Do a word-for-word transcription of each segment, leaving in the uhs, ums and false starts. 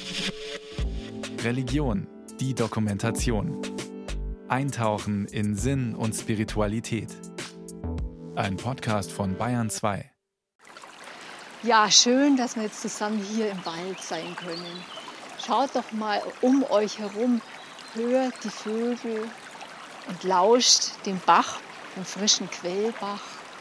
Religion, die Dokumentation. Eintauchen in Sinn und Spiritualität. Ein Podcast von Bayern zwei. Ja, schön, dass wir jetzt zusammen hier im Wald sein können. Schaut doch mal um euch herum, hört die Vögel und lauscht dem Bach, dem frischen Quellbach.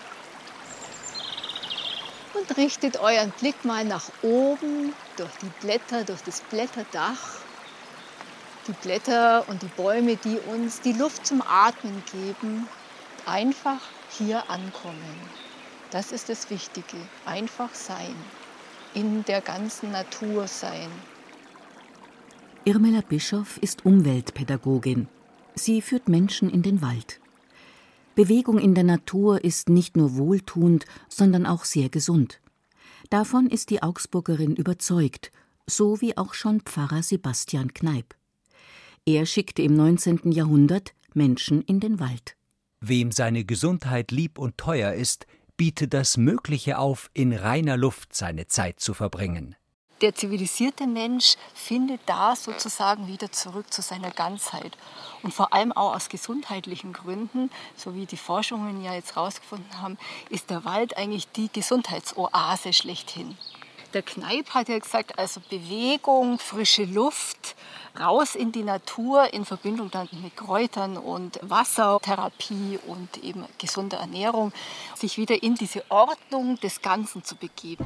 Und richtet euren Blick mal nach oben, durch die Blätter, durch das Blätterdach. Die Blätter und die Bäume, die uns die Luft zum Atmen geben, einfach hier ankommen. Das ist das Wichtige, einfach sein, in der ganzen Natur sein. Irmela Bischoff ist Umweltpädagogin. Sie führt Menschen in den Wald. Bewegung in der Natur ist nicht nur wohltuend, sondern auch sehr gesund. Davon ist die Augsburgerin überzeugt, so wie auch schon Pfarrer Sebastian Kneipp. Er schickte im neunzehnten Jahrhundert Menschen in den Wald. Wem seine Gesundheit lieb und teuer ist, biete das Mögliche auf, in reiner Luft seine Zeit zu verbringen. Der zivilisierte Mensch findet da sozusagen wieder zurück zu seiner Ganzheit. Und vor allem auch aus gesundheitlichen Gründen, so wie die Forschungen ja jetzt herausgefunden haben, ist der Wald eigentlich die Gesundheitsoase schlechthin. Der Kneipp hat ja gesagt, also Bewegung, frische Luft, raus in die Natur in Verbindung dann mit Kräutern und Wassertherapie und eben gesunder Ernährung, sich wieder in diese Ordnung des Ganzen zu begeben.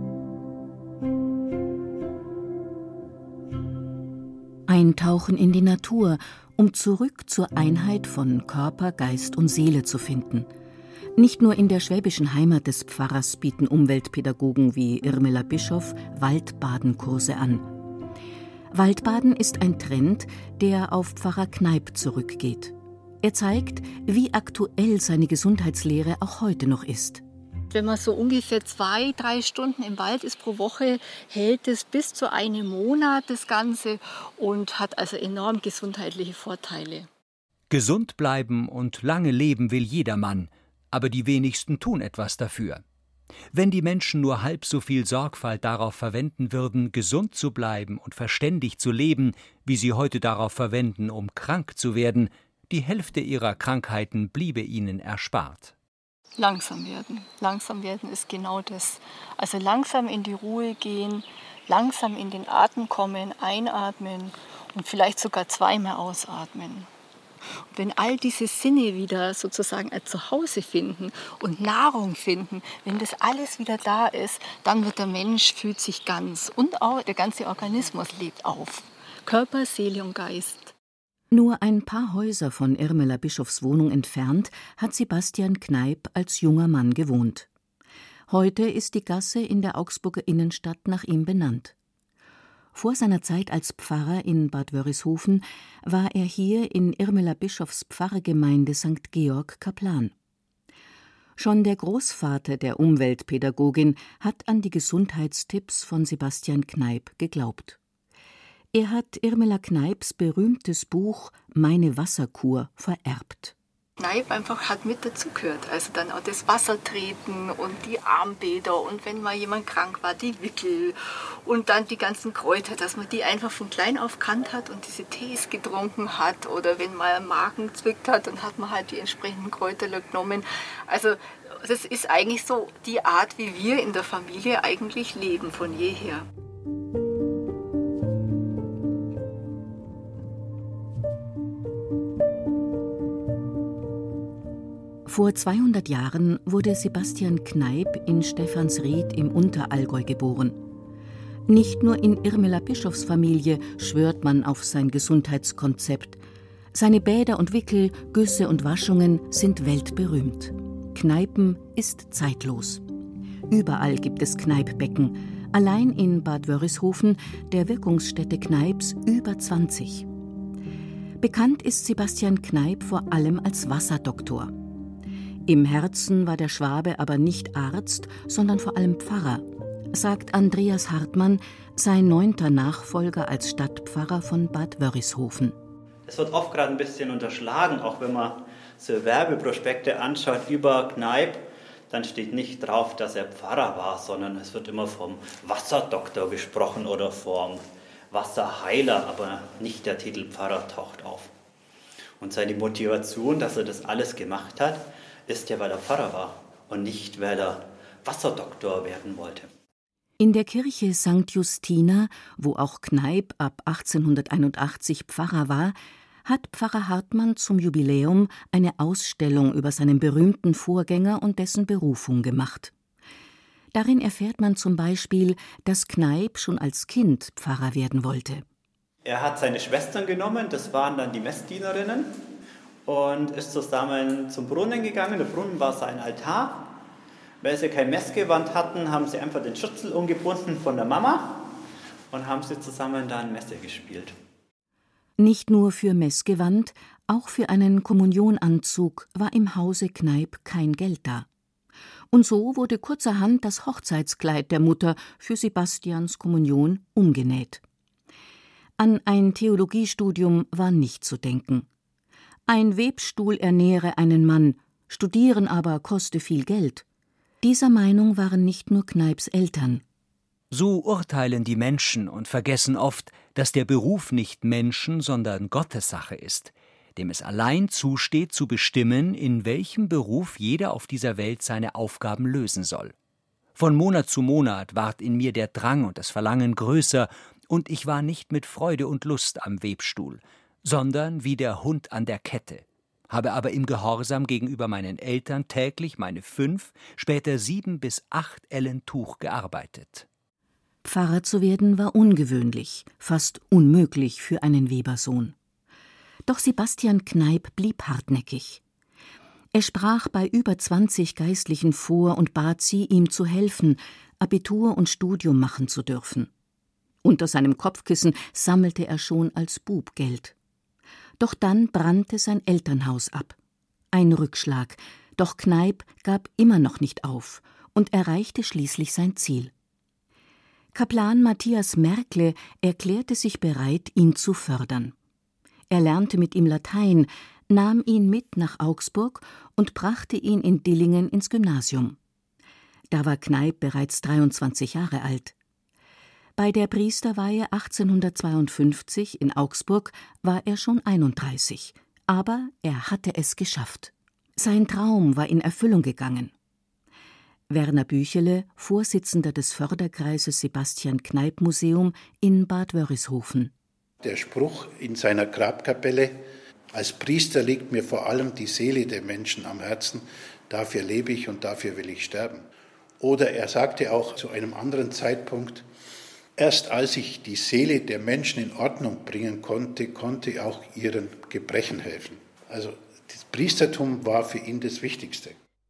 Eintauchen in die Natur, um zurück zur Einheit von Körper, Geist und Seele zu finden. Nicht nur in der schwäbischen Heimat des Pfarrers bieten Umweltpädagogen wie Irmela Bischoff Waldbadenkurse an. Waldbaden ist ein Trend, der auf Pfarrer Kneipp zurückgeht. Er zeigt, wie aktuell seine Gesundheitslehre auch heute noch ist. Wenn man so ungefähr zwei, drei Stunden im Wald ist pro Woche, hält es bis zu einem Monat das Ganze und hat also enorm gesundheitliche Vorteile. Gesund bleiben und lange leben will jedermann, aber die wenigsten tun etwas dafür. Wenn die Menschen nur halb so viel Sorgfalt darauf verwenden würden, gesund zu bleiben und verständig zu leben, wie sie heute darauf verwenden, um krank zu werden, die Hälfte ihrer Krankheiten bliebe ihnen erspart. Langsam werden. Langsam werden ist genau das. Also langsam in die Ruhe gehen, langsam in den Atem kommen, einatmen und vielleicht sogar zweimal ausatmen. Und wenn all diese Sinne wieder sozusagen ein Zuhause finden und Nahrung finden, wenn das alles wieder da ist, dann wird der Mensch, fühlt sich ganz und auch der ganze Organismus lebt auf. Körper, Seele und Geist. Nur ein paar Häuser von Irmela Bischofs Wohnung entfernt hat Sebastian Kneipp als junger Mann gewohnt. Heute ist die Gasse in der Augsburger Innenstadt nach ihm benannt. Vor seiner Zeit als Pfarrer in Bad Wörishofen war er hier in Irmela Bischofs Pfarrgemeinde Sankt Georg Kaplan. Schon der Großvater der Umweltpädagogin hat an die Gesundheitstipps von Sebastian Kneipp geglaubt. Er hat Irmela Kneipps berühmtes Buch »Meine Wasserkur« vererbt. Kneipp einfach hat mit dazugehört. Also dann auch das Wassertreten und die Armbäder und wenn mal jemand krank war, die Wickel und dann die ganzen Kräuter, dass man die einfach von klein auf kannt hat und diese Tees getrunken hat oder wenn mal ein Magen zwickt hat, dann hat man halt die entsprechenden Kräuter genommen. Also das ist eigentlich so die Art, wie wir in der Familie eigentlich leben von jeher. Vor zweihundert Jahren wurde Sebastian Kneipp in Stephansried im Unterallgäu geboren. Nicht nur in Irmela Bischofs Familie schwört man auf sein Gesundheitskonzept. Seine Bäder und Wickel, Güsse und Waschungen sind weltberühmt. Kneipen ist zeitlos. Überall gibt es Kneippbecken. Allein in Bad Wörishofen, der Wirkungsstätte Kneipps, über zwanzig. Bekannt ist Sebastian Kneipp vor allem als Wasserdoktor. Im Herzen war der Schwabe aber nicht Arzt, sondern vor allem Pfarrer, sagt Andreas Hartmann, sein neunter Nachfolger als Stadtpfarrer von Bad Wörishofen. Es wird oft gerade ein bisschen unterschlagen, auch wenn man so Werbeprospekte anschaut über Kneipp, dann steht nicht drauf, dass er Pfarrer war, sondern es wird immer vom Wasserdoktor gesprochen oder vom Wasserheiler, aber nicht der Titel Pfarrer taucht auf. Und seine Motivation, dass er das alles gemacht hat, ist ja, weil er Pfarrer war und nicht, weil er Wasserdoktor werden wollte. In der Kirche Sankt Justina, wo auch Kneipp ab achtzehnhunderteinundachtzig Pfarrer war, hat Pfarrer Hartmann zum Jubiläum eine Ausstellung über seinen berühmten Vorgänger und dessen Berufung gemacht. Darin erfährt man zum Beispiel, dass Kneipp schon als Kind Pfarrer werden wollte. Er hat seine Schwestern genommen, das waren dann die Messdienerinnen, und ist zusammen zum Brunnen gegangen. Der Brunnen war sein Altar. Weil sie kein Messgewand hatten, haben sie einfach den Schürzel umgebunden von der Mama und haben sie zusammen dann Messe gespielt. Nicht nur für Messgewand, auch für einen Kommunionanzug war im Hause Kneipp kein Geld da. Und so wurde kurzerhand das Hochzeitskleid der Mutter für Sebastians Kommunion umgenäht. An ein Theologiestudium war nicht zu denken. Ein Webstuhl ernähre einen Mann, studieren aber koste viel Geld. Dieser Meinung waren nicht nur Kneipps Eltern. So urteilen die Menschen und vergessen oft, dass der Beruf nicht Menschen, sondern Gottes Sache ist, dem es allein zusteht, zu bestimmen, in welchem Beruf jeder auf dieser Welt seine Aufgaben lösen soll. Von Monat zu Monat ward in mir der Drang und das Verlangen größer, und ich war nicht mit Freude und Lust am Webstuhl, sondern wie der Hund an der Kette, habe aber im Gehorsam gegenüber meinen Eltern täglich meine fünf, später sieben bis acht Ellen Tuch gearbeitet. Pfarrer zu werden war ungewöhnlich, fast unmöglich für einen Webersohn. Doch Sebastian Kneipp blieb hartnäckig. Er sprach bei über zwanzig Geistlichen vor und bat sie, ihm zu helfen, Abitur und Studium machen zu dürfen. Unter seinem Kopfkissen sammelte er schon als Bub Geld. Doch dann brannte sein Elternhaus ab. Ein Rückschlag, doch Kneipp gab immer noch nicht auf und erreichte schließlich sein Ziel. Kaplan Matthias Merkle erklärte sich bereit, ihn zu fördern. Er lernte mit ihm Latein, nahm ihn mit nach Augsburg und brachte ihn in Dillingen ins Gymnasium. Da war Kneipp bereits dreiundzwanzig Jahre alt. Bei der Priesterweihe achtzehnhundertzweiundfünfzig in Augsburg war er schon einunddreißig, aber er hatte es geschafft. Sein Traum war in Erfüllung gegangen. Werner Büchele, Vorsitzender des Förderkreises Sebastian Kneipp Museum in Bad Wörishofen. Der Spruch in seiner Grabkapelle: Als Priester liegt mir vor allem die Seele der Menschen am Herzen, dafür lebe ich und dafür will ich sterben. Oder er sagte auch zu einem anderen Zeitpunkt: Erst als ich die Seele der Menschen in Ordnung bringen konnte, konnte auch ihren Gebrechen helfen. Also das Priestertum war für ihn das Wichtigste.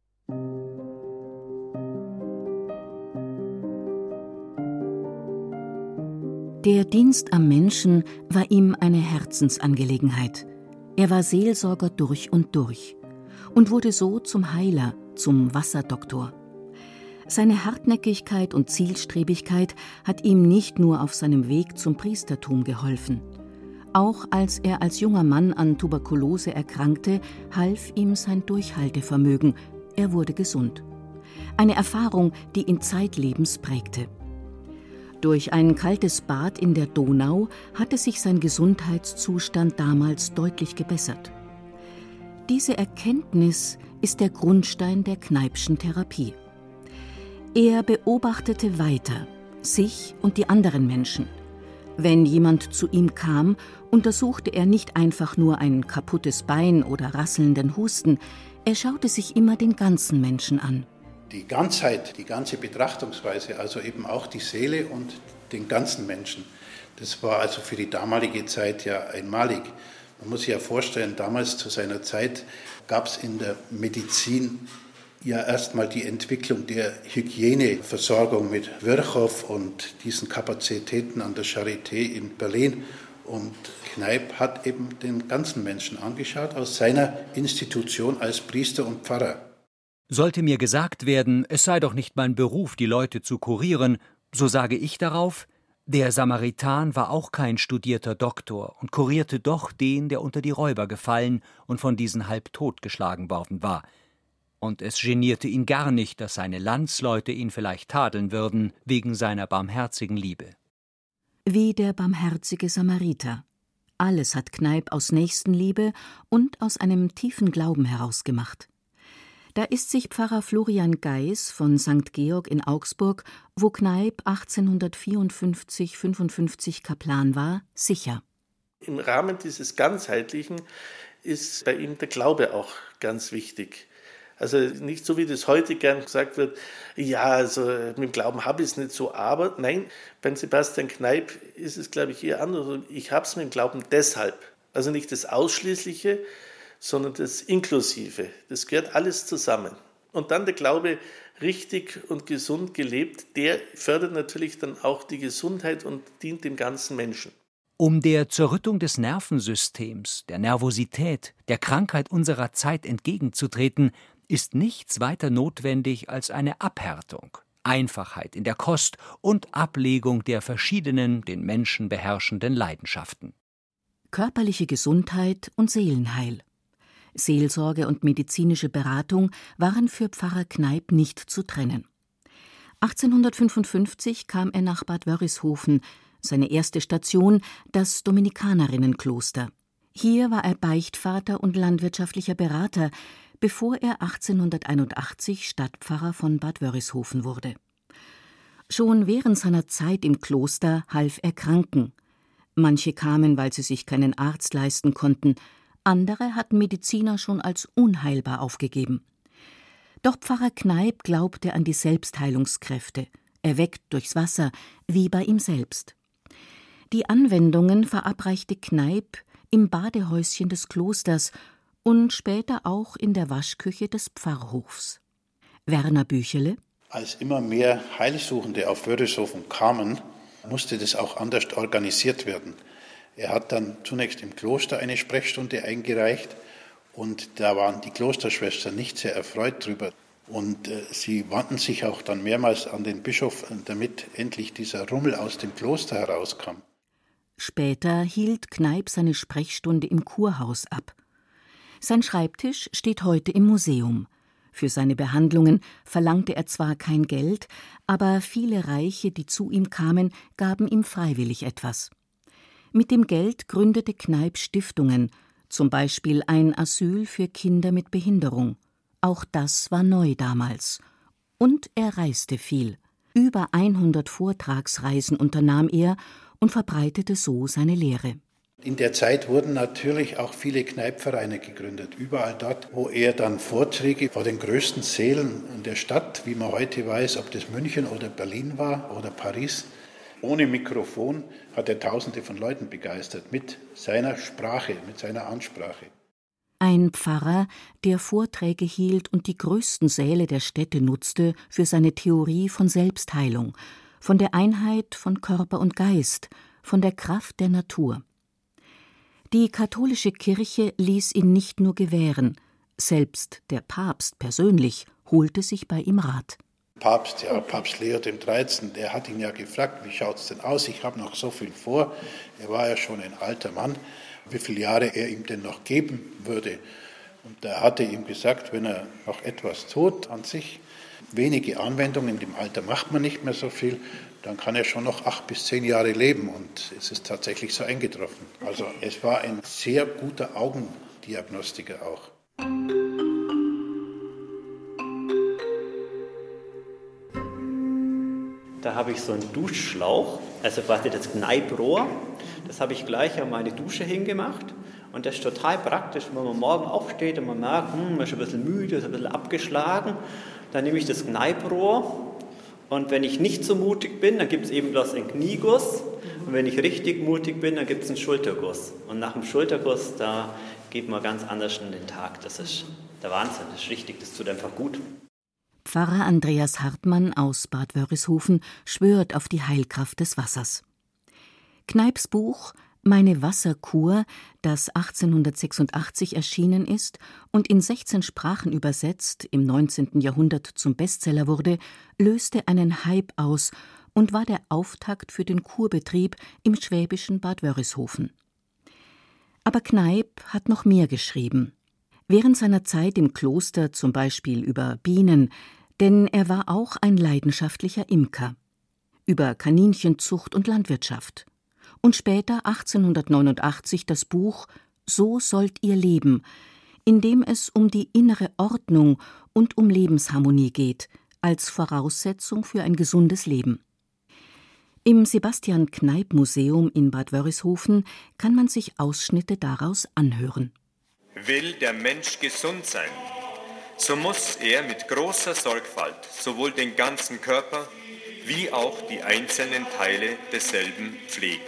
Der Dienst am Menschen war ihm eine Herzensangelegenheit. Er war Seelsorger durch und durch und wurde so zum Heiler, zum Wasserdoktor. Seine Hartnäckigkeit und Zielstrebigkeit hat ihm nicht nur auf seinem Weg zum Priestertum geholfen. Auch als er als junger Mann an Tuberkulose erkrankte, half ihm sein Durchhaltevermögen. Er wurde gesund. Eine Erfahrung, die ihn zeitlebens prägte. Durch ein kaltes Bad in der Donau hatte sich sein Gesundheitszustand damals deutlich gebessert. Diese Erkenntnis ist der Grundstein der Kneippschen Therapie. Er beobachtete weiter, sich und die anderen Menschen. Wenn jemand zu ihm kam, untersuchte er nicht einfach nur ein kaputtes Bein oder rasselnden Husten, er schaute sich immer den ganzen Menschen an. Die Ganzheit, die ganze Betrachtungsweise, also eben auch die Seele und den ganzen Menschen, das war also für die damalige Zeit ja einmalig. Man muss sich ja vorstellen, damals zu seiner Zeit gab es in der Medizin ja erstmal die Entwicklung der Hygieneversorgung mit Virchow und diesen Kapazitäten an der Charité in Berlin. Und Kneipp hat eben den ganzen Menschen angeschaut aus seiner Institution als Priester und Pfarrer. Sollte mir gesagt werden, es sei doch nicht mein Beruf, die Leute zu kurieren, so sage ich darauf, der Samaritan war auch kein studierter Doktor und kurierte doch den, der unter die Räuber gefallen und von diesen halb totgeschlagen worden war. Und es genierte ihn gar nicht, dass seine Landsleute ihn vielleicht tadeln würden, wegen seiner barmherzigen Liebe. wie der barmherzige Samariter. Alles hat Kneipp aus Nächstenliebe und aus einem tiefen Glauben herausgemacht. Da ist sich Pfarrer Florian Geis von Sankt Georg in Augsburg, wo Kneipp achtzehnhundertvierundfünfzig fünfundfünfzig Kaplan war, sicher. Im Rahmen dieses Ganzheitlichen ist bei ihm der Glaube auch ganz wichtig. Also nicht so, wie das heute gern gesagt wird, ja, also mit dem Glauben habe ich es nicht so, aber nein, beim Sebastian Kneipp ist es, glaube ich, eher anders. Ich habe es mit dem Glauben deshalb. Also nicht das Ausschließliche, sondern das Inklusive. Das gehört alles zusammen. Und dann der Glaube richtig und gesund gelebt, der fördert natürlich dann auch die Gesundheit und dient dem ganzen Menschen. Um der Zerrüttung des Nervensystems, der Nervosität, der Krankheit unserer Zeit entgegenzutreten, ist nichts weiter notwendig als eine Abhärtung, Einfachheit in der Kost und Ablegung der verschiedenen, den Menschen beherrschenden Leidenschaften. Körperliche Gesundheit und Seelenheil. Seelsorge und medizinische Beratung waren für Pfarrer Kneipp nicht zu trennen. achtzehnhundertfünfundfünfzig kam er nach Bad Wörishofen, seine erste Station das Dominikanerinnenkloster. Hier war er Beichtvater und landwirtschaftlicher Berater, bevor er achtzehnhunderteinundachtzig Stadtpfarrer von Bad Wörishofen wurde. Schon während seiner Zeit im Kloster half er Kranken. Manche kamen, weil sie sich keinen Arzt leisten konnten, andere hatten Mediziner schon als unheilbar aufgegeben. Doch Pfarrer Kneipp glaubte an die Selbstheilungskräfte, erweckt durchs Wasser, wie bei ihm selbst. Die Anwendungen verabreichte Kneipp im Badehäuschen des Klosters und später auch in der Waschküche des Pfarrhofs. Werner Büchele: Als immer mehr Heilsuchende auf Wörishofen kamen, musste das auch anders organisiert werden. Er hat dann zunächst im Kloster eine Sprechstunde eingereicht und da waren die Klosterschwestern nicht sehr erfreut drüber. Und äh, sie wandten sich auch dann mehrmals an den Bischof, damit endlich dieser Rummel aus dem Kloster herauskam. Später hielt Kneipp seine Sprechstunde im Kurhaus ab. Sein Schreibtisch steht heute im Museum. Für seine Behandlungen verlangte er zwar kein Geld, aber viele Reiche, die zu ihm kamen, gaben ihm freiwillig etwas. Mit dem Geld gründete Kneipp Stiftungen, zum Beispiel ein Asyl für Kinder mit Behinderung. Auch das war neu damals. Und er reiste viel. Über hundert Vortragsreisen unternahm er und verbreitete so seine Lehre. In der Zeit wurden natürlich auch viele Kneippvereine gegründet. Überall dort, wo er dann Vorträge vor den größten Sälen der Stadt, wie man heute weiß, ob das München oder Berlin war oder Paris, ohne Mikrofon hat er Tausende von Leuten begeistert mit seiner Sprache, mit seiner Ansprache. Ein Pfarrer, der Vorträge hielt und die größten Säle der Städte nutzte für seine Theorie von Selbstheilung, von der Einheit von Körper und Geist, von der Kraft der Natur. Die katholische Kirche ließ ihn nicht nur gewähren, selbst der Papst persönlich holte sich bei ihm Rat. Papst, ja, Papst Leo der Dreizehnte, der hat ihn ja gefragt, wie schaut es denn aus, ich habe noch so viel vor. Er war ja schon ein alter Mann, wie viele Jahre er ihm denn noch geben würde. Und da hat er ihm gesagt, wenn er noch etwas tut an sich, wenige Anwendungen, in dem Alter macht man nicht mehr so viel, dann kann er schon noch acht bis zehn Jahre leben. Und es ist tatsächlich so eingetroffen. Also es war ein sehr guter Augendiagnostiker auch. Da habe ich so einen Duschschlauch, also quasi das Kneipprohr. Das habe ich gleich an meine Dusche hingemacht. Und das ist total praktisch, wenn man morgen aufsteht und man merkt, hm, man ist ein bisschen müde, ist ein bisschen abgeschlagen. Dann nehme ich das Kneipprohr. Und wenn ich nicht so mutig bin, dann gibt es eben bloß einen Knieguss. Und wenn ich richtig mutig bin, dann gibt es einen Schulterguss. Und nach dem Schulterguss, da geht man ganz anders in den Tag. Das ist der Wahnsinn, das ist richtig, das tut einfach gut. Pfarrer Andreas Hartmann aus Bad Wörishofen schwört auf die Heilkraft des Wassers. Kneipps Buch »Meine Wasserkur«, das achtzehnhundertsechsundachtzig erschienen ist und in sechzehn Sprachen übersetzt im neunzehnten Jahrhundert zum Bestseller wurde, löste einen Hype aus und war der Auftakt für den Kurbetrieb im schwäbischen Bad Wörishofen. Aber Kneipp hat noch mehr geschrieben. Während seiner Zeit im Kloster zum Beispiel über Bienen, denn er war auch ein leidenschaftlicher Imker, über Kaninchenzucht und Landwirtschaft, und später achtzehnhundertneunundachtzig das Buch »So sollt ihr leben«, in dem es um die innere Ordnung und um Lebensharmonie geht, als Voraussetzung für ein gesundes Leben. Im Sebastian Kneipp Museum in Bad Wörishofen kann man sich Ausschnitte daraus anhören. Will der Mensch gesund sein, so muss er mit großer Sorgfalt sowohl den ganzen Körper wie auch die einzelnen Teile desselben pflegen.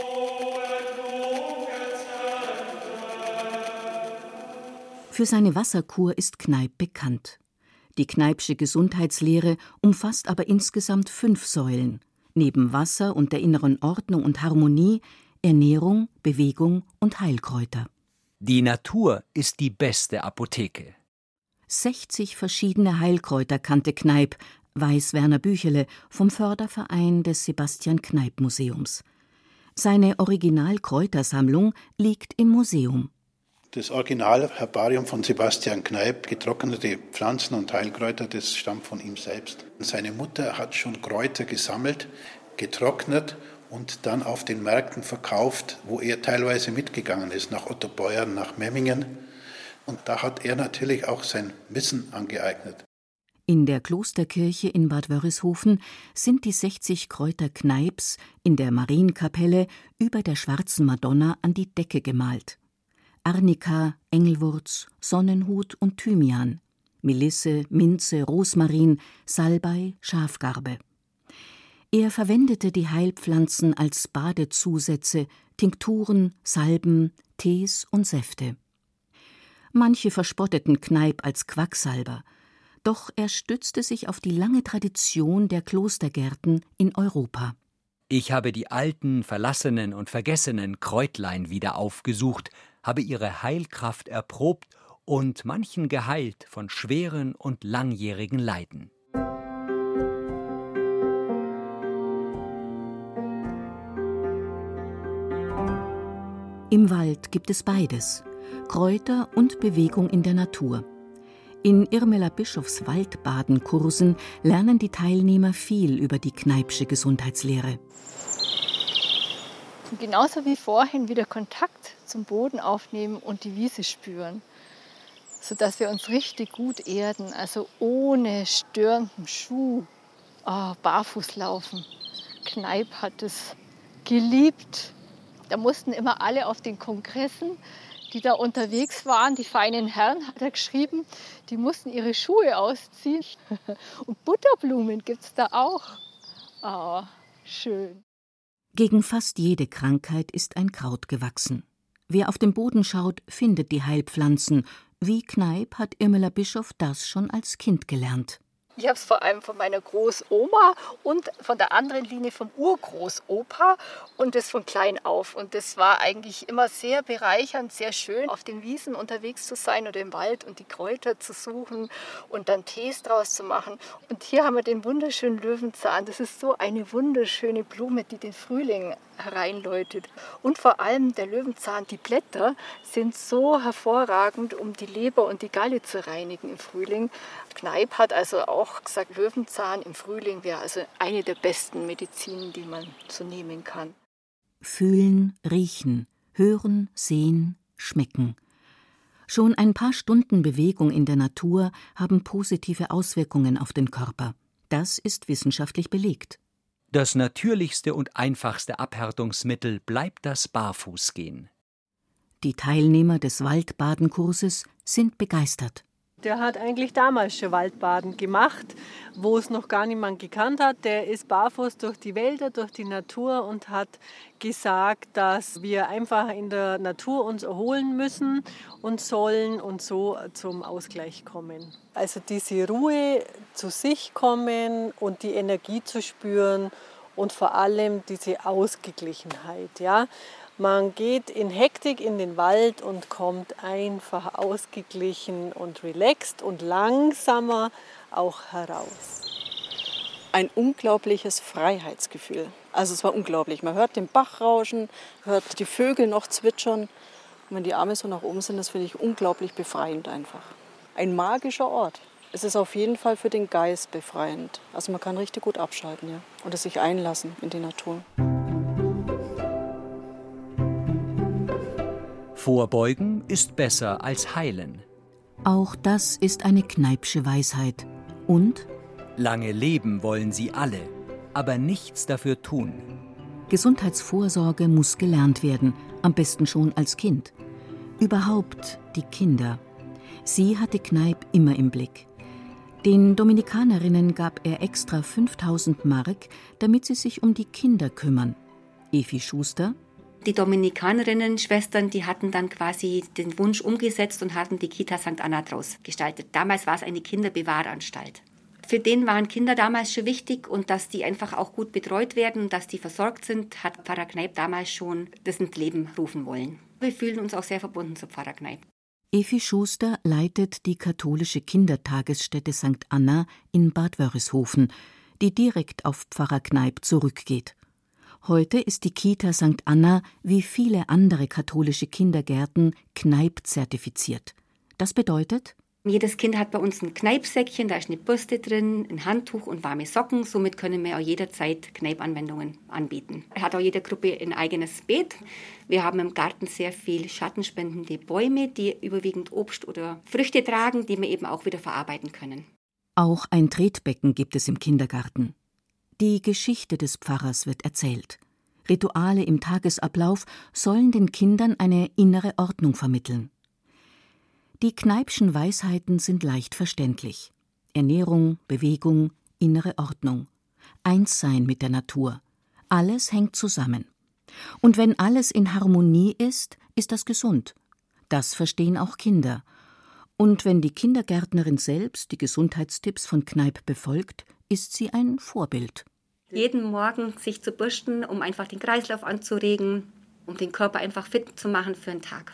Für seine Wasserkur ist Kneipp bekannt. Die Kneippsche Gesundheitslehre umfasst aber insgesamt fünf Säulen. Neben Wasser und der inneren Ordnung und Harmonie, Ernährung, Bewegung und Heilkräuter. Die Natur ist die beste Apotheke. sechzig verschiedene Heilkräuter kannte Kneipp, weiß Werner Büchele vom Förderverein des Sebastian Kneipp Museums. Seine Original-Kräutersammlung liegt im Museum. Das Original-Herbarium von Sebastian Kneipp, getrocknete Pflanzen und Heilkräuter, das stammt von ihm selbst. Seine Mutter hat schon Kräuter gesammelt, getrocknet und dann auf den Märkten verkauft, wo er teilweise mitgegangen ist, nach Ottobeuern, nach Memmingen. Und da hat er natürlich auch sein Wissen angeeignet. In der Klosterkirche in Bad Wörishofen sind die sechzig Kräuter Kneipps in der Marienkapelle über der schwarzen Madonna an die Decke gemalt. Arnika, Engelwurz, Sonnenhut und Thymian, Melisse, Minze, Rosmarin, Salbei, Schafgarbe. Er verwendete die Heilpflanzen als Badezusätze, Tinkturen, Salben, Tees und Säfte. Manche verspotteten Kneipp als Quacksalber, doch er stützte sich auf die lange Tradition der Klostergärten in Europa. Ich habe die alten, verlassenen und vergessenen Kräutlein wieder aufgesucht, habe ihre Heilkraft erprobt und manchen geheilt von schweren und langjährigen Leiden. Im Wald gibt es beides: Kräuter und Bewegung in der Natur. In Irmela Bischofs Waldbadenkursen lernen die Teilnehmer viel über die Kneippsche Gesundheitslehre. Genauso wie vorhin wieder Kontakt zum Boden aufnehmen und die Wiese spüren, sodass wir uns richtig gut erden, also ohne störenden Schuh, oh, barfuß laufen. Kneipp hat es geliebt. Da mussten immer alle auf den Kongressen, die da unterwegs waren, die feinen Herren, hat er geschrieben, die mussten ihre Schuhe ausziehen. Und Butterblumen gibt es da auch. Oh, schön. Gegen fast jede Krankheit ist ein Kraut gewachsen. Wer auf den Boden schaut, findet die Heilpflanzen. Wie Kneipp hat Irmela Bischof das schon als Kind gelernt. Ich habe es vor allem von meiner Großoma und von der anderen Linie vom Urgroßopa und das von klein auf. Und das war eigentlich immer sehr bereichernd, sehr schön, auf den Wiesen unterwegs zu sein oder im Wald und die Kräuter zu suchen und dann Tees draus zu machen. Und hier haben wir den wunderschönen Löwenzahn. Das ist so eine wunderschöne Blume, die den Frühling hereinläutet. Und vor allem der Löwenzahn, die Blätter sind so hervorragend, um die Leber und die Galle zu reinigen im Frühling. Kneipp hat also auch gesagt, Löwenzahn im Frühling wäre also eine der besten Medizinen, die man so nehmen kann. Fühlen, riechen, hören, sehen, schmecken. Schon ein paar Stunden Bewegung in der Natur haben positive Auswirkungen auf den Körper. Das ist wissenschaftlich belegt. Das natürlichste und einfachste Abhärtungsmittel bleibt das Barfußgehen. Die Teilnehmer des Waldbadenkurses sind begeistert. Der hat eigentlich damals schon Waldbaden gemacht, wo es noch gar niemand gekannt hat. Der ist barfuß durch die Wälder, durch die Natur und hat gesagt, dass wir einfach in der Natur uns erholen müssen und sollen und so zum Ausgleich kommen. Also diese Ruhe, zu sich kommen und die Energie zu spüren und vor allem diese Ausgeglichenheit, ja. Man geht in Hektik in den Wald und kommt einfach ausgeglichen und relaxed und langsamer auch heraus. Ein unglaubliches Freiheitsgefühl. Also es war unglaublich. Man hört den Bach rauschen, hört die Vögel noch zwitschern. Und wenn die Arme so nach oben sind, das finde ich unglaublich befreiend einfach. Ein magischer Ort. Es ist auf jeden Fall für den Geist befreiend. Also man kann richtig gut abschalten, ja, oder sich einlassen in die Natur. Vorbeugen ist besser als heilen. Auch das ist eine Kneippsche Weisheit. Und? Lange leben wollen sie alle, aber nichts dafür tun. Gesundheitsvorsorge muss gelernt werden, am besten schon als Kind. Überhaupt die Kinder. Sie hatte Kneipp immer im Blick. Den Dominikanerinnen gab er extra fünftausend Mark, damit sie sich um die Kinder kümmern. Evi Schuster: Die Dominikanerinnen-Schwestern, die hatten dann quasi den Wunsch umgesetzt und hatten die Kita Sankt Anna draus gestaltet. Damals war es eine Kinderbewahranstalt. Für den waren Kinder damals schon wichtig und dass die einfach auch gut betreut werden und dass die versorgt sind, hat Pfarrer Kneipp damals schon das ins Leben rufen wollen. Wir fühlen uns auch sehr verbunden zu Pfarrer Kneipp. Evi Schuster leitet die katholische Kindertagesstätte Sankt Anna in Bad Wörishofen, die direkt auf Pfarrer Kneipp zurückgeht. Heute ist die Kita Sankt Anna wie viele andere katholische Kindergärten Kneipp zertifiziert. Das bedeutet: Jedes Kind hat bei uns ein Kneippsäckchen, da ist eine Bürste drin, ein Handtuch und warme Socken. Somit können wir auch jederzeit Kneipp-Anwendungen anbieten. Er hat auch jede Gruppe ein eigenes Beet. Wir haben im Garten sehr viel schattenspendende Bäume, die überwiegend Obst oder Früchte tragen, die wir eben auch wieder verarbeiten können. Auch ein Tretbecken gibt es im Kindergarten. Die Geschichte des Pfarrers wird erzählt. Rituale im Tagesablauf sollen den Kindern eine innere Ordnung vermitteln. Die Kneippschen Weisheiten sind leicht verständlich. Ernährung, Bewegung, innere Ordnung. Einssein mit der Natur. Alles hängt zusammen. Und wenn alles in Harmonie ist, ist das gesund. Das verstehen auch Kinder. Und wenn die Kindergärtnerin selbst die Gesundheitstipps von Kneipp befolgt, ist sie ein Vorbild. Jeden Morgen sich zu bürsten, um einfach den Kreislauf anzuregen, um den Körper einfach fit zu machen für den Tag.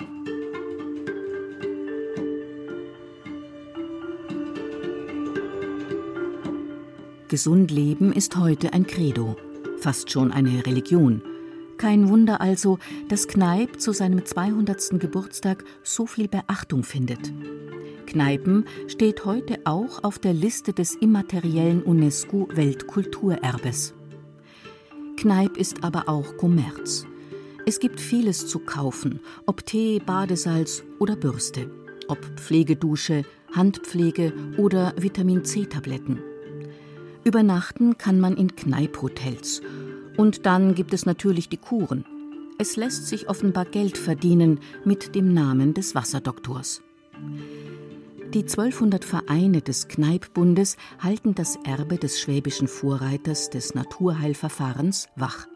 Gesund leben ist heute ein Credo, fast schon eine Religion. Kein Wunder also, dass Kneipp zu seinem zweihundertsten Geburtstag so viel Beachtung findet. Kneippen steht heute auch auf der Liste des immateriellen UNESCO-Weltkulturerbes. Kneipp ist aber auch Kommerz. Es gibt vieles zu kaufen, ob Tee, Badesalz oder Bürste, ob Pflegedusche, Handpflege oder Vitamin-C-Tabletten. Übernachten kann man in Kneipp-Hotels. Und dann gibt es natürlich die Kuren. Es lässt sich offenbar Geld verdienen mit dem Namen des Wasserdoktors. Die zwölfhundert Vereine des Kneipp-Bundes halten das Erbe des schwäbischen Vorreiters des Naturheilverfahrens wach.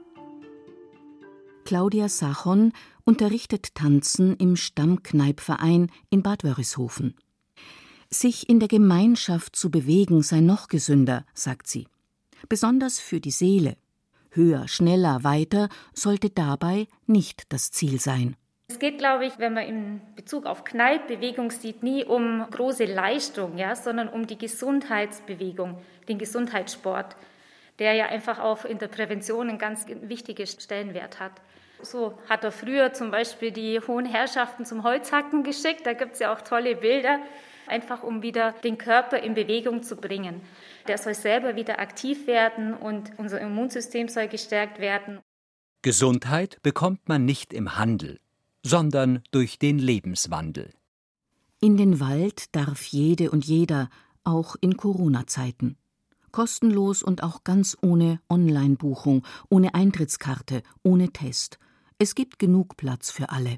Claudia Sachon unterrichtet Tanzen im Stammkneipp-Verein in Bad Wörishofen. Sich in der Gemeinschaft zu bewegen sei noch gesünder, sagt sie. Besonders für die Seele. Höher, schneller, weiter sollte dabei nicht das Ziel sein. Es geht, glaube ich, wenn man in Bezug auf Kneipp-Bewegung sieht, nie um große Leistung, ja, sondern um die Gesundheitsbewegung, den Gesundheitssport, der ja einfach auch in der Prävention einen ganz wichtigen Stellenwert hat. So hat er früher zum Beispiel die hohen Herrschaften zum Holzhacken geschickt, da gibt es ja auch tolle Bilder, einfach um wieder den Körper in Bewegung zu bringen. Der soll selber wieder aktiv werden und unser Immunsystem soll gestärkt werden. Gesundheit bekommt man nicht im Handel, sondern durch den Lebenswandel. In den Wald darf jede und jeder, auch in Corona-Zeiten. Kostenlos und auch ganz ohne Online-Buchung, ohne Eintrittskarte, ohne Test. Es gibt genug Platz für alle.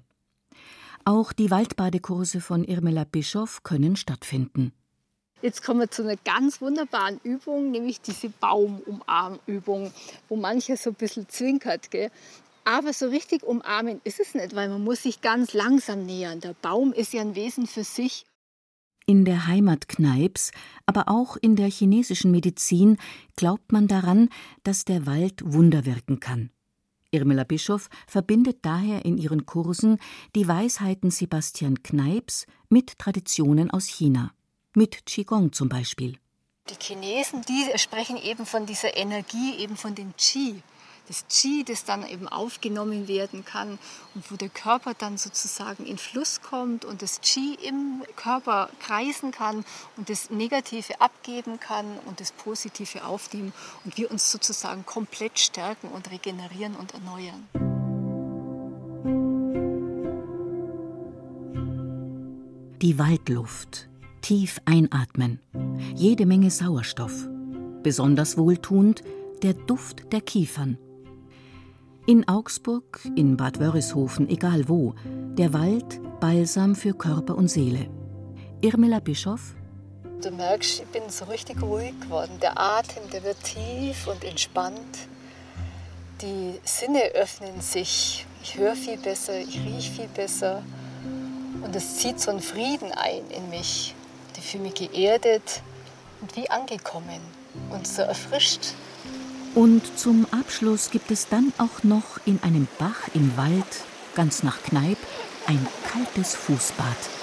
Auch die Waldbadekurse von Irmela Bischof können stattfinden. Jetzt kommen wir zu einer ganz wunderbaren Übung, nämlich diese Baumumarmübung, wo mancher so ein bisschen zwinkert. Gell? Aber so richtig umarmen ist es nicht, weil man muss sich ganz langsam nähern. Der Baum ist ja ein Wesen für sich. In der Heimat Kneipps, aber auch in der chinesischen Medizin glaubt man daran, dass der Wald Wunder wirken kann. Irmela Bischof verbindet daher in ihren Kursen die Weisheiten Sebastian Kneipps mit Traditionen aus China, mit Qigong zum Beispiel. Die Chinesen, die sprechen eben von dieser Energie, eben von dem Qi. Das Qi, das dann eben aufgenommen werden kann und wo der Körper dann sozusagen in Fluss kommt und das Qi im Körper kreisen kann und das Negative abgeben kann und das Positive aufnehmen und wir uns sozusagen komplett stärken und regenerieren und erneuern. Die Waldluft. Tief einatmen. Jede Menge Sauerstoff. Besonders wohltuend der Duft der Kiefern. In Augsburg, in Bad Wörishofen, egal wo, der Wald Balsam für Körper und Seele. Irmela Bischof: Du merkst, ich bin so richtig ruhig geworden. Der Atem, der wird tief und entspannt. Die Sinne öffnen sich. Ich höre viel besser, ich rieche viel besser. Und es zieht so einen Frieden ein in mich. Ich fühle mich geerdet und wie angekommen und so erfrischt. Und zum Abschluss gibt es dann auch noch in einem Bach im Wald, ganz nach Kneipp, ein kaltes Fußbad.